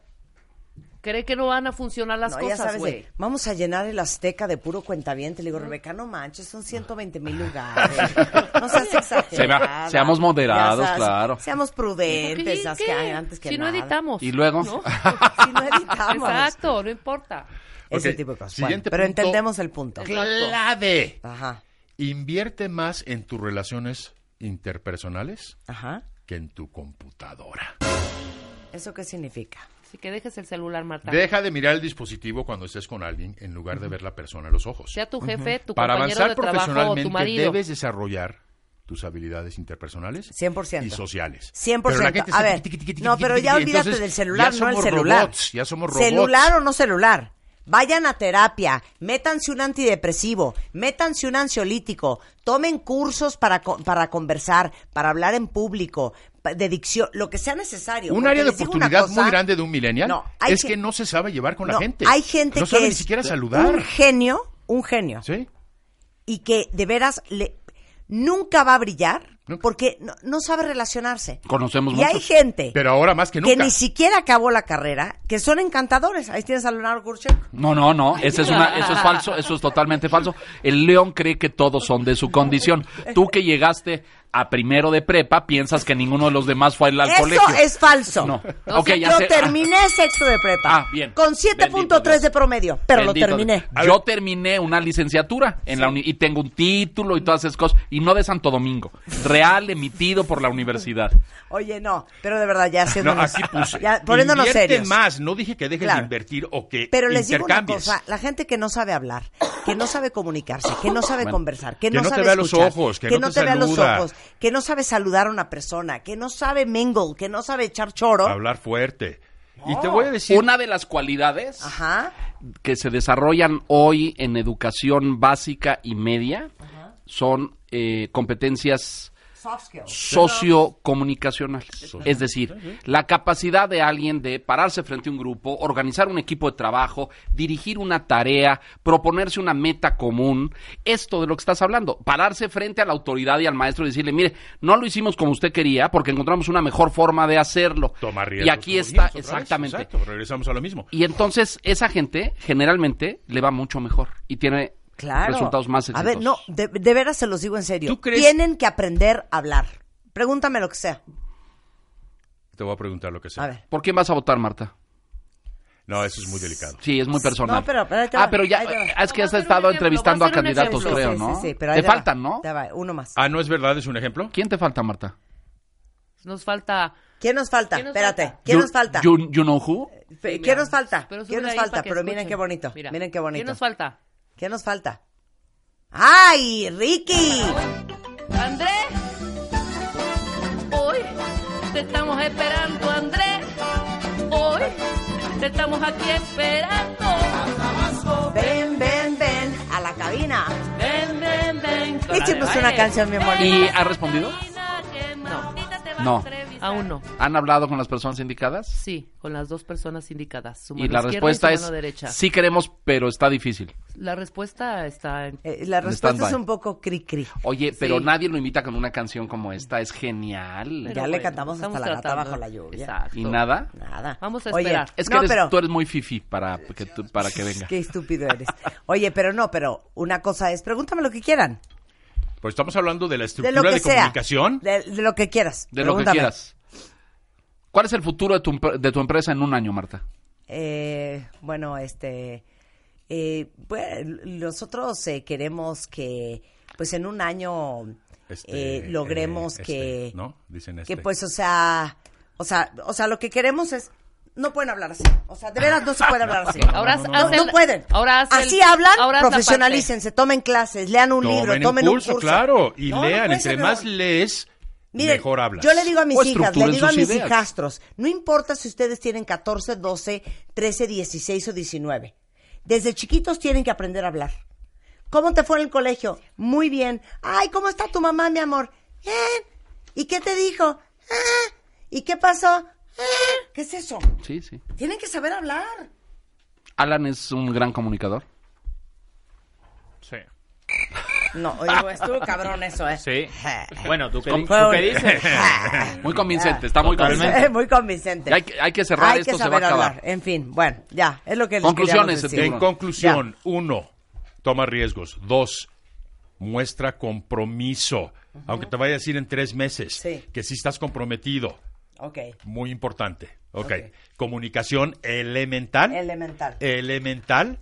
cree que no van a funcionar las No, ya cosas, sabes, de, güey. vamos a llenar el Azteca de puro cuentaviente. Le digo, Rebeca, no manches, son ciento veinte mil lugares. No seas exagerada. Se- seamos moderados, Ya sabes, claro. Seamos prudentes, ¿Qué? haz que hay antes que si no nada. editamos. Y luego, ¿no? Si no editamos. Exacto, no importa. Ese Ok, tipo de cosas. siguiente Bueno, pero punto. entendemos el punto. Clave. Ajá, Invierte más en tus relaciones interpersonales ajá. que en tu computadora. ¿Eso qué significa? Así que dejes el celular, Marta. Deja de mirar el dispositivo cuando estés con alguien en lugar de ver la persona a los ojos. Sea tu jefe, tu Para compañero avanzar de trabajo o tu profesionalmente marido. debes desarrollar tus habilidades interpersonales cien por ciento. y sociales. cien por Pero la ciento. gente A está ver, tiqui, tiqui, tiqui, no, tiqui, pero tiqui, ya tiqui. olvídate Entonces, del celular, ya no el somos celular. robots, ya somos robots. ¿Celular o no celular? Vayan a terapia, métanse un antidepresivo, métanse un ansiolítico, tomen cursos para, co- para conversar, para hablar en público, pa- de dicción, lo que sea necesario. Un Porque área de les digo una oportunidad cosa, muy grande de un millennial No, hay es gen- que no se sabe llevar con no, la gente. Hay gente no que sabe es ni siquiera saludar. un genio, un genio, ¿Sí? y que de veras le, nunca va a brillar Nunca. porque no, no sabe relacionarse. conocemos Y mucho. hay gente Pero ahora más que que nunca. ni siquiera acabó la carrera, que son encantadores. Ahí tienes a Leonardo Kurchenko. No, no, no, eso es, una, eso es falso, eso es totalmente falso. El león cree que todos son de su condición. Tú que llegaste a primero de prepa, piensas que ninguno de los demás fue al, al Eso colegio. es falso. No. No, Ok, sí, ya Yo sé. terminé sexto de prepa. Ah, bien. Con siete punto tres de promedio, pero Bendito lo terminé. Dios. Yo terminé una licenciatura en la uni y tengo un título y todas esas cosas, y no de Santo Domingo, real emitido por la universidad. Oye, no, pero de verdad, ya No, haciéndonos, aquí puse. ya poniéndonos Invierte serios. más. No dije que dejes Claro. de invertir o que Pero les digo una intercambies. cosa, la gente que no sabe hablar, que no sabe comunicarse, que no sabe Bueno, conversar, que, que no, no te sabe vea a los escuchar, ojos, que no te te vea a los saluda. ojos, que no sabe saludar a una persona, que no sabe mingle, que no sabe echar choro. Hablar fuerte. Y te voy a decir... Una de las cualidades Ajá. que se desarrollan hoy en educación básica y media son eh, competencias Soft skills. sociocomunicacionales. Es decir, la capacidad de alguien de pararse frente a un grupo, organizar un equipo de trabajo, dirigir una tarea, proponerse una meta común. Esto de lo que estás hablando, pararse frente a la autoridad y al maestro y decirle, mire, no lo hicimos como usted quería porque encontramos una mejor forma de hacerlo. Tomar riesgos. Y aquí como está, dijimos otra vez. exactamente. Exacto, regresamos a lo mismo. Y entonces esa gente generalmente le va mucho mejor y tiene Claro. resultados más A exitosos. ver, no, de, de veras se los digo en serio. ¿Tú crees- Tienen que aprender a hablar. Pregúntame lo que sea. Te voy a preguntar lo que sea. A ver. ¿Por quién vas a votar, Marta? No, eso es muy delicado. Sí, es muy personal. No, pero- pero ahí te va, ah, pero ya, ahí te va. es que No, has voy a hacer estado un ejemplo, entrevistando voy a a hacer un candidatos, ejemplo. creo, Sí, ¿no? sí, sí, pero ahí te va. faltan, ¿no? Te va, uno más. Ah, ¿no es verdad? ¿Es un ejemplo? ¿Quién te falta, Marta? Nos falta... ¿Quién nos falta? ¿Quién nos Espérate. falta? ¿Quién You- nos falta? You, you know who? Fe- ¿Quién nos falta? Pero ¿Quién súbele nos ahí falta? para que Pero miren escuchen. qué bonito. Mira, Miren qué bonito. ¿Quién nos falta? ¿Quién nos falta? ¡Ay, Ricky! ¡Andrés! Hoy te estamos esperando, Andrés. Hoy te estamos aquí esperando. Ven, ven, ven a la cabina. Ven, ven, ven. Échenos una canción, mi amor. ¿Y ha respondido? No. No. Aún no. ¿Han hablado con las personas indicadas? Sí, con las dos personas indicadas. Su Y mano la izquierda respuesta y es, su mano derecha. sí queremos, pero está difícil. La respuesta está en... Eh, la En respuesta stand-by. es un poco cri-cri. Oye, pero Sí. nadie lo invita con una canción como esta, es genial. Pero Ya le bueno, cantamos hasta estamos la gata tratando. bajo la lluvia. Exacto. ¿Y nada? Nada. Vamos a Oye, esperar. Es que no, eres- pero... tú eres muy fifi para que, tú- para que venga. Qué estúpido eres. Oye, pero no, pero una cosa es, pregúntame lo que quieran. Pues estamos hablando de la De estructura lo que de, sea. comunicación. De, de lo que quieras. De lo que Pregúntame. quieras. ¿Cuál es el futuro de tu, empre- de tu empresa en un año, Marta? Eh, bueno, este... eh, bueno, nosotros eh, queremos que, pues en un año, Este, eh, logremos eh, este, que... ¿no? Dicen Que este. pues, o sea... O sea, o sea, lo que queremos es... No pueden hablar así. O sea, de veras no se puede hablar así. Ahora no, no, haz No, el- no pueden. Ahora haz el- Así hablan, ahora haz la profesionalícense, tomen clases, lean un Tomen libro, un tomen curso, un curso. claro, y No, no lean. puede Entre ser, más no. lees, Miren, mejor hablas. yo le digo a mis O hijas, le estructuren digo a sus mis ideas. hijastros, no importa si ustedes tienen catorce, doce, trece, dieciséis o diecinueve. Desde chiquitos tienen que aprender a hablar. ¿Cómo te fue en el colegio? Muy bien. Ay, ¿cómo está tu mamá, mi amor? Bien. ¿Y qué te dijo? Ah. ¿Y qué pasó? Ah. ¿Qué es eso? Sí, sí. Tienen que saber hablar. Alan es un gran comunicador. Sí. No, oye, estuvo cabrón eso, ¿eh? Sí. Bueno, ¿tú qué, Con- di- Fue tú un- qué dices? Muy convincente, está muy Totalmente. convincente. Muy convincente. Hay que, hay que cerrar Hay esto, que se va a saber acabar. hablar. En fin, bueno, ya, es lo que les Conclusiones, queríamos decir. En conclusión, uno, toma riesgos. Dos, muestra compromiso. Aunque te vayas a ir en tres meses, Sí. que sí estás comprometido. Ok, Muy importante. Ok. Ok. Comunicación elemental. elemental. elemental.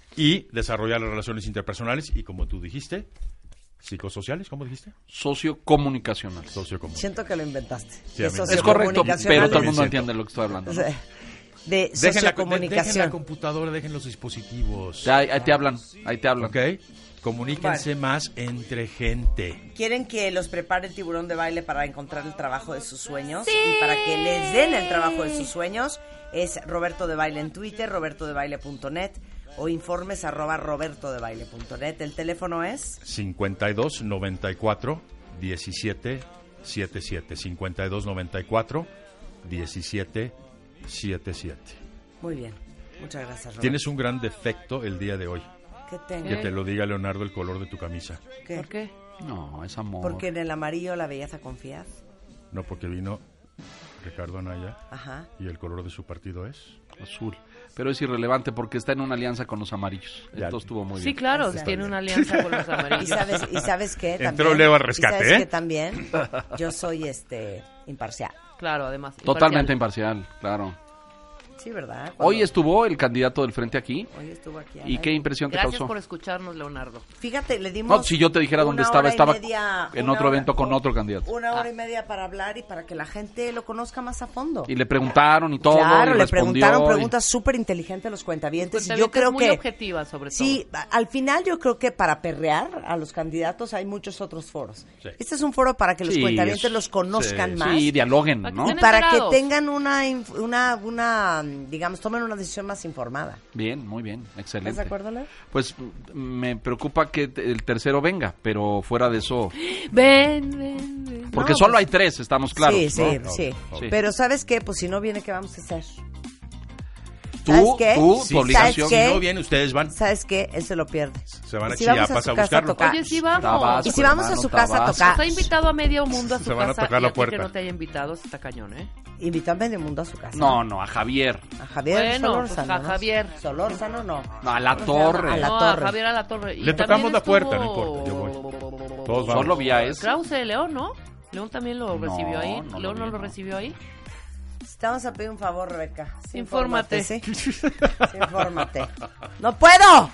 Y desarrollar las relaciones interpersonales. Y como tú dijiste, psicosociales, ¿cómo dijiste? Sociocomunicacional. Sociocomunicacional. Siento que lo inventaste. Sí, De a mí- Es correcto, pero sociocomunicacional. todo el mundo Vicente. entiende lo que estoy hablando. O ¿no? sea, de Dejen la, de- dejen la sociocomunicación. computadora, dejen los dispositivos. Ya, ahí, ahí te hablan, ahí te hablan. ¿Ok? Comuníquense más entre gente. ¿Quieren que los prepare el tiburón de baile para encontrar el trabajo de sus sueños? Y para que les den el trabajo de sus sueños, es Roberto de Baile en Twitter, roberto de baile punto net o informes arroba roberto de baile punto net. El teléfono es... cincuenta y dos noventa y cuatro diecisiete setenta y siete. cincuenta y dos noventa y cuatro diecisiete setenta y siete. Muy bien. Muchas gracias, Roberto. Tienes un gran defecto el día de hoy. ¿Qué tengo? Que te lo diga Leonardo el color de tu camisa. ¿Qué? ¿Por qué? No, es amor. Porque en el amarillo la belleza confía. No, porque vino Ricardo Anaya Ajá. y el color de su partido es... Azul. Pero es irrelevante porque está en una alianza con los amarillos. Ya. Esto estuvo muy Sí, bien. claro, Está tiene bien. una alianza con los ¿Y amarillos. sabes, ¿y sabes qué? También, Entró Leo al rescate, ¿y sabes ¿eh? qué también? Yo soy este imparcial. Claro, además. Totalmente imparcial. imparcial, claro. Sí, ¿verdad? Hoy Cuando- estuvo el candidato del frente aquí. Hoy estuvo aquí. ¿Y Ay, qué impresión te Gracias causó? por escucharnos, Leonardo. Fíjate, le dimos... No, si yo te dijera dónde una estaba, hora y estaba media- en una otro hora- evento con otro candidato. Una hora y media para hablar y para que la gente lo conozca más a fondo. Y le preguntaron y todo. Claro, y le respondió, preguntaron y- preguntas súper inteligentes a los cuentavientes. Y yo Cuentavientes creo muy que... objetivas, sobre todo. Sí, a- al final yo creo que para perrear a los candidatos hay muchos otros foros. Sí. Este es un foro para que los Sí, cuentavientes es- los conozcan sí, más. Sí, dialoguen, Para que ¿no? Y estén para que enterados. tengan una, inf- una, una, digamos, tomen una decisión más informada. Bien, muy bien, ¿Estás excelente. de acuerdo, Leo? Pues m- me preocupa que te- el tercero venga, pero fuera de eso, Ven, ven, ven. porque No, solo pues- hay tres, estamos claros. sí, ¿no? sí, ¿no? sí, Sí. Pero ¿sabes qué? Pues si no viene, ¿qué vamos a hacer? Tú, ¿Sabes qué? tú, Sí, tu obligación. ¿sabes Si qué? no vienen, ustedes van. ¿Sabes qué? Él se lo pierde. Se van a Y si vamos Chiapas su a casa buscarlo. tocar. Oye, sí vamos. Tabasco, Y si vamos a hermano, su casa a Tabasco. tocar. Nos ha invitado a medio mundo a su Se van a casa tocar y la a ti que puerta. no te haya invitado, está cañón, ¿eh? Invitó a medio mundo a su casa. No, no, a Javier. A Javier Bueno, Solórzano, pues a ¿no? Javier. Solórzano no. No, a la ¿Cómo se llama? torre. A la no, torre. a Javier a la torre. Y Le también tocamos la estuvo puerta, no importa, yo voy. Todos vamos. Solo vía es. Krause, León, ¿no? León también lo No, recibió ahí. no lo León vi, no lo no. recibió ahí. Te vamos a pedir un favor, Rebeca. Sí, Infórmate. ¿sí? Sí, infórmate. ¡No puedo!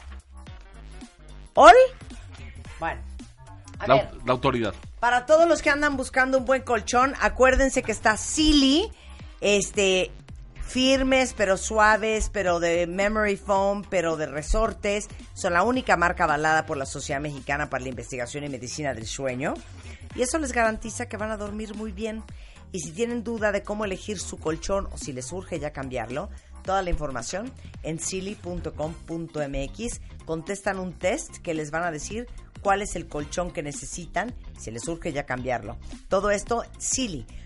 ¿Ol? Bueno. A La, ver, la autoridad. para todos los que andan buscando un buen colchón, acuérdense que está Silly, este, firmes pero suaves, pero de memory foam, pero de resortes. Son la única marca avalada por la Sociedad Mexicana para la Investigación y Medicina del Sueño. Y eso les garantiza que van a dormir muy bien. Y si tienen duda de cómo elegir su colchón o si les urge ya cambiarlo, toda la información en silly punto com punto m x. Contestan un test que les van a decir cuál es el colchón que necesitan, si les urge ya cambiarlo. Todo esto, Silly,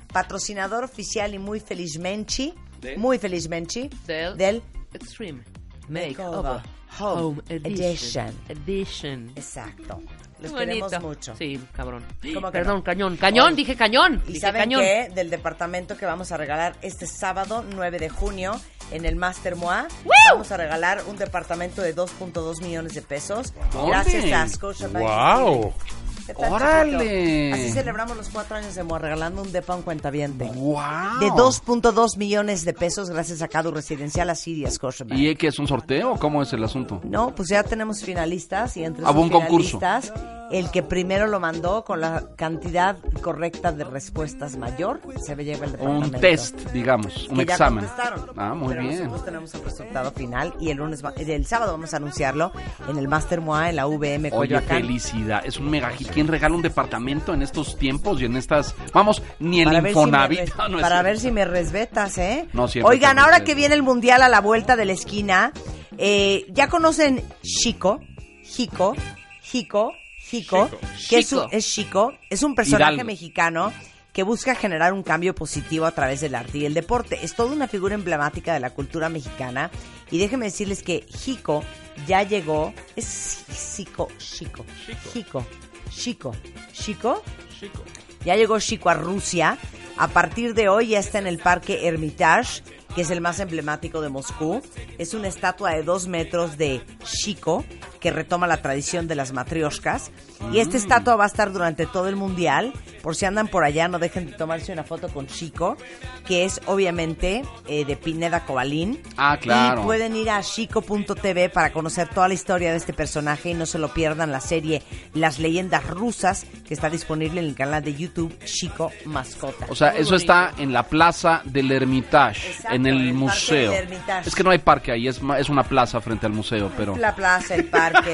patrocinador oficial y muy felizmente, ¿De? muy felizmente, Del, del Extreme Makeover Makeover Home, Home Edition. Edition. Edition. Exacto. Los Bonito. queremos mucho. Sí, cabrón. ¿Cómo que Perdón, no? cañón. Cañón, Oye, dije cañón. ¿Y dije saben cañón. qué? Del departamento que vamos a regalar este sábado, nueve de junio, en el Master M O A. Vamos a regalar un departamento de dos punto dos millones de pesos. ¿Dónde? Gracias a Scotiabank. ¡Wow! ¿Qué tal, ¡Órale! chiquito? Así celebramos los cuatro años de M O A, regalando un depa a un cuentaviente. ¡Wow! De dos punto dos millones de pesos gracias a Cadu Residencial, así de Scotiabank. ¿Y qué es un sorteo o cómo es el asunto? No, pues ya tenemos finalistas y entre Ah, esos un concurso. finalistas, el que primero lo mandó con la cantidad correcta de respuestas mayor, se lleva el departamento. Un test, digamos, un Que ya examen. contestaron. Ah, muy Pero bien. nosotros tenemos el resultado final y el lunes, va- el sábado vamos a anunciarlo en el Master M O A en la V M Oye, Coyoacán. felicidad. Es un mega hit. ¿Quién regala un departamento en estos tiempos y en estas... Vamos, ni el Para ver si me Infonavit. res- No, no es para cierto. ver si me respetas, ¿eh? No, siempre Oigan, te ahora respeto. que viene el Mundial a la vuelta de la esquina, eh, ¿ya conocen Chico? Chico, Chico, Chico, que es, un- Chico. es Chico, es un personaje Hidalgo. mexicano que busca generar un cambio positivo a través del arte y el deporte. Es toda una figura emblemática de la cultura mexicana y déjenme decirles que Chico ya llegó, es Chico, Chico, Chico, Chico, Chico, Chico. ya llegó Chico a Rusia. A partir de hoy ya está en el Parque Hermitage, que es el más emblemático de Moscú. Es una estatua de dos metros de Chico que retoma la tradición de las matrioshkas. Y esta estatua va a estar durante todo el mundial. Por si andan por allá, no dejen de tomarse una foto con Chico, que es obviamente eh, de Pineda Cobalín. Ah, claro. Y pueden ir a chico punto t v para conocer toda la historia de este personaje y no se lo pierdan la serie Las Leyendas Rusas, que está disponible en el canal de YouTube Chico Mascota. O sea, Muy eso bonito. está en la plaza del Hermitage, Exacto, en en el el Parque museo. del Hermitage. Es que no hay parque ahí, es, ma- es una plaza frente al museo, pero... La plaza, el parque.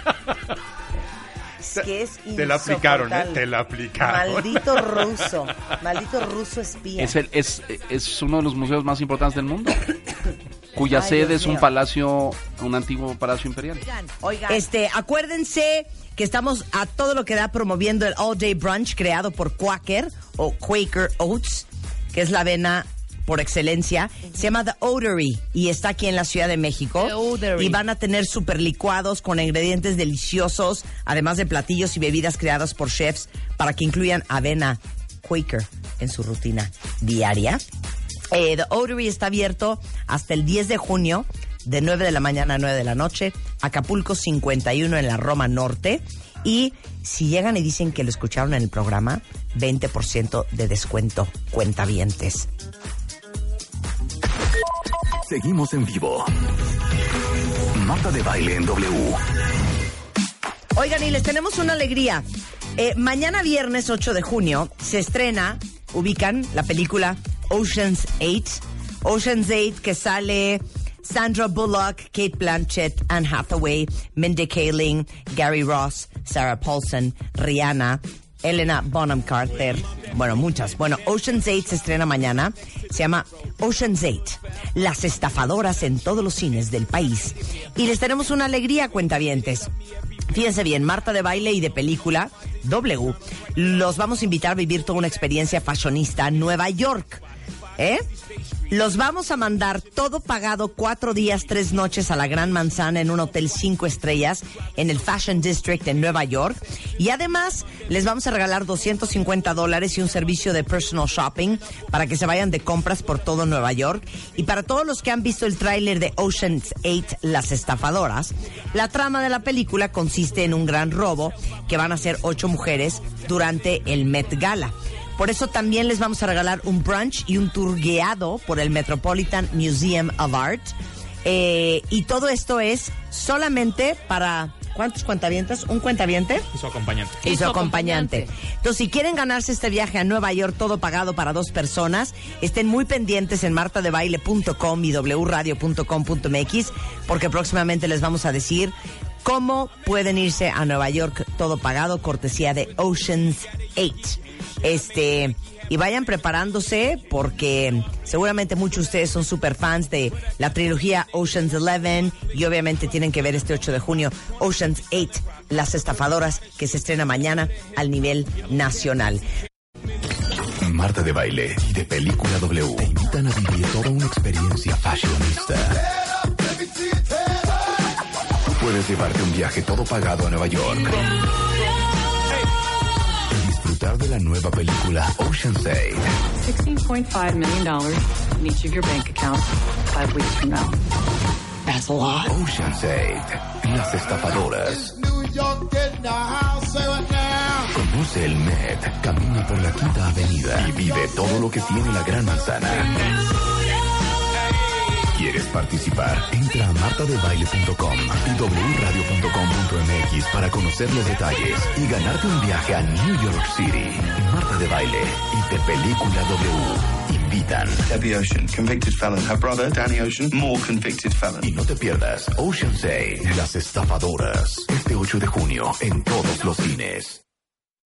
Es que es Te la aplicaron, ¿eh? insoportable. Te la aplicaron. Maldito ruso. Maldito ruso espía. Es, el, es, es uno de los museos más importantes del mundo, cuya Ay, sede Dios es un mío. palacio, un antiguo palacio imperial. Oigan, este, acuérdense que estamos a todo lo que da promoviendo el All Day Brunch creado por Quaker o Quaker Oats, que es la avena por excelencia. Se llama The Oatery y está aquí en la Ciudad de México. The Oatery. Y van a tener super licuados con ingredientes deliciosos, además de platillos y bebidas creados por chefs para que incluyan avena Quaker en su rutina diaria. Eh, The Oatery está abierto hasta el diez de junio, de nueve de la mañana a nueve de la noche, Acapulco cincuenta y uno en la Roma Norte. Y si llegan y dicen que lo escucharon en el programa, veinte por ciento de descuento, cuentavientes. Seguimos en vivo. Marta de Baile en W. Oigan, y les tenemos una alegría. Eh, mañana viernes ocho de junio se estrena, ubican la película Ocean's eight. Ocean's eight que sale Sandra Bullock, Kate Blanchett, Anne Hathaway, Mindy Kaling, Gary Ross, Sarah Paulson, Rihanna, Helena Bonham Carter, bueno, muchas. Bueno, Ocean's eight se estrena mañana. Se llama Ocean's eight, las estafadoras en todos los cines del país. Y les tenemos una alegría, cuentavientes. Fíjense bien, Marta de Baile y de Película, W, los vamos a invitar a vivir toda una experiencia fashionista en Nueva York. ¿Eh? Los vamos a mandar todo pagado cuatro días, tres noches a la Gran Manzana en un hotel cinco estrellas en el Fashion District en Nueva York. Y además les vamos a regalar doscientos cincuenta dólares y un servicio de personal shopping para que se vayan de compras por todo Nueva York. Y para todos los que han visto el tráiler de Ocean's eight, Las Estafadoras, la trama de la película consiste en un gran robo que van a hacer ocho mujeres durante el Met Gala. Por eso también les vamos a regalar un brunch y un tour guiado por el Metropolitan Museum of Art. Eh, y todo esto es solamente para... ¿Cuántos cuentavientes? ¿Un cuentaviente? Y su acompañante. Y Y su su acompañante. acompañante. Entonces, si quieren ganarse este viaje a Nueva York, todo pagado para dos personas, estén muy pendientes en marta de baile punto com y w radio punto com punto m x, porque próximamente les vamos a decir cómo pueden irse a Nueva York, todo pagado, cortesía de Ocean's eight. Este, y vayan preparándose porque seguramente muchos de ustedes son super fans de la trilogía Ocean's Eleven y obviamente tienen que ver este ocho de junio Ocean's eight, Las Estafadoras, que se estrena mañana al nivel nacional. Marta de Baile y de Película W te invitan a vivir toda una experiencia fashionista. Puedes llevarte un viaje todo pagado a Nueva York y disfrutar de la nueva película Ocean's Eight. sixteen point five million dollars in each of your bank accounts five weeks from now. That's a lot. Ocean's Eight, Las Estafadoras. Conoce el Met, camina por la Quinta Avenida y vive todo lo que tiene la Gran Manzana. ¿Quieres participar? Entra a marta de baile punto com y doble u radio punto com punto m x para conocer los detalles y ganarte un viaje a New York City. Marta de Baile y de Película W invitan. Debbie Ocean, convicted felon. Her brother, Danny Ocean, more convicted felon. Y no te pierdas Ocean's Eight, Las Estafadoras, este ocho de junio en todos los cines.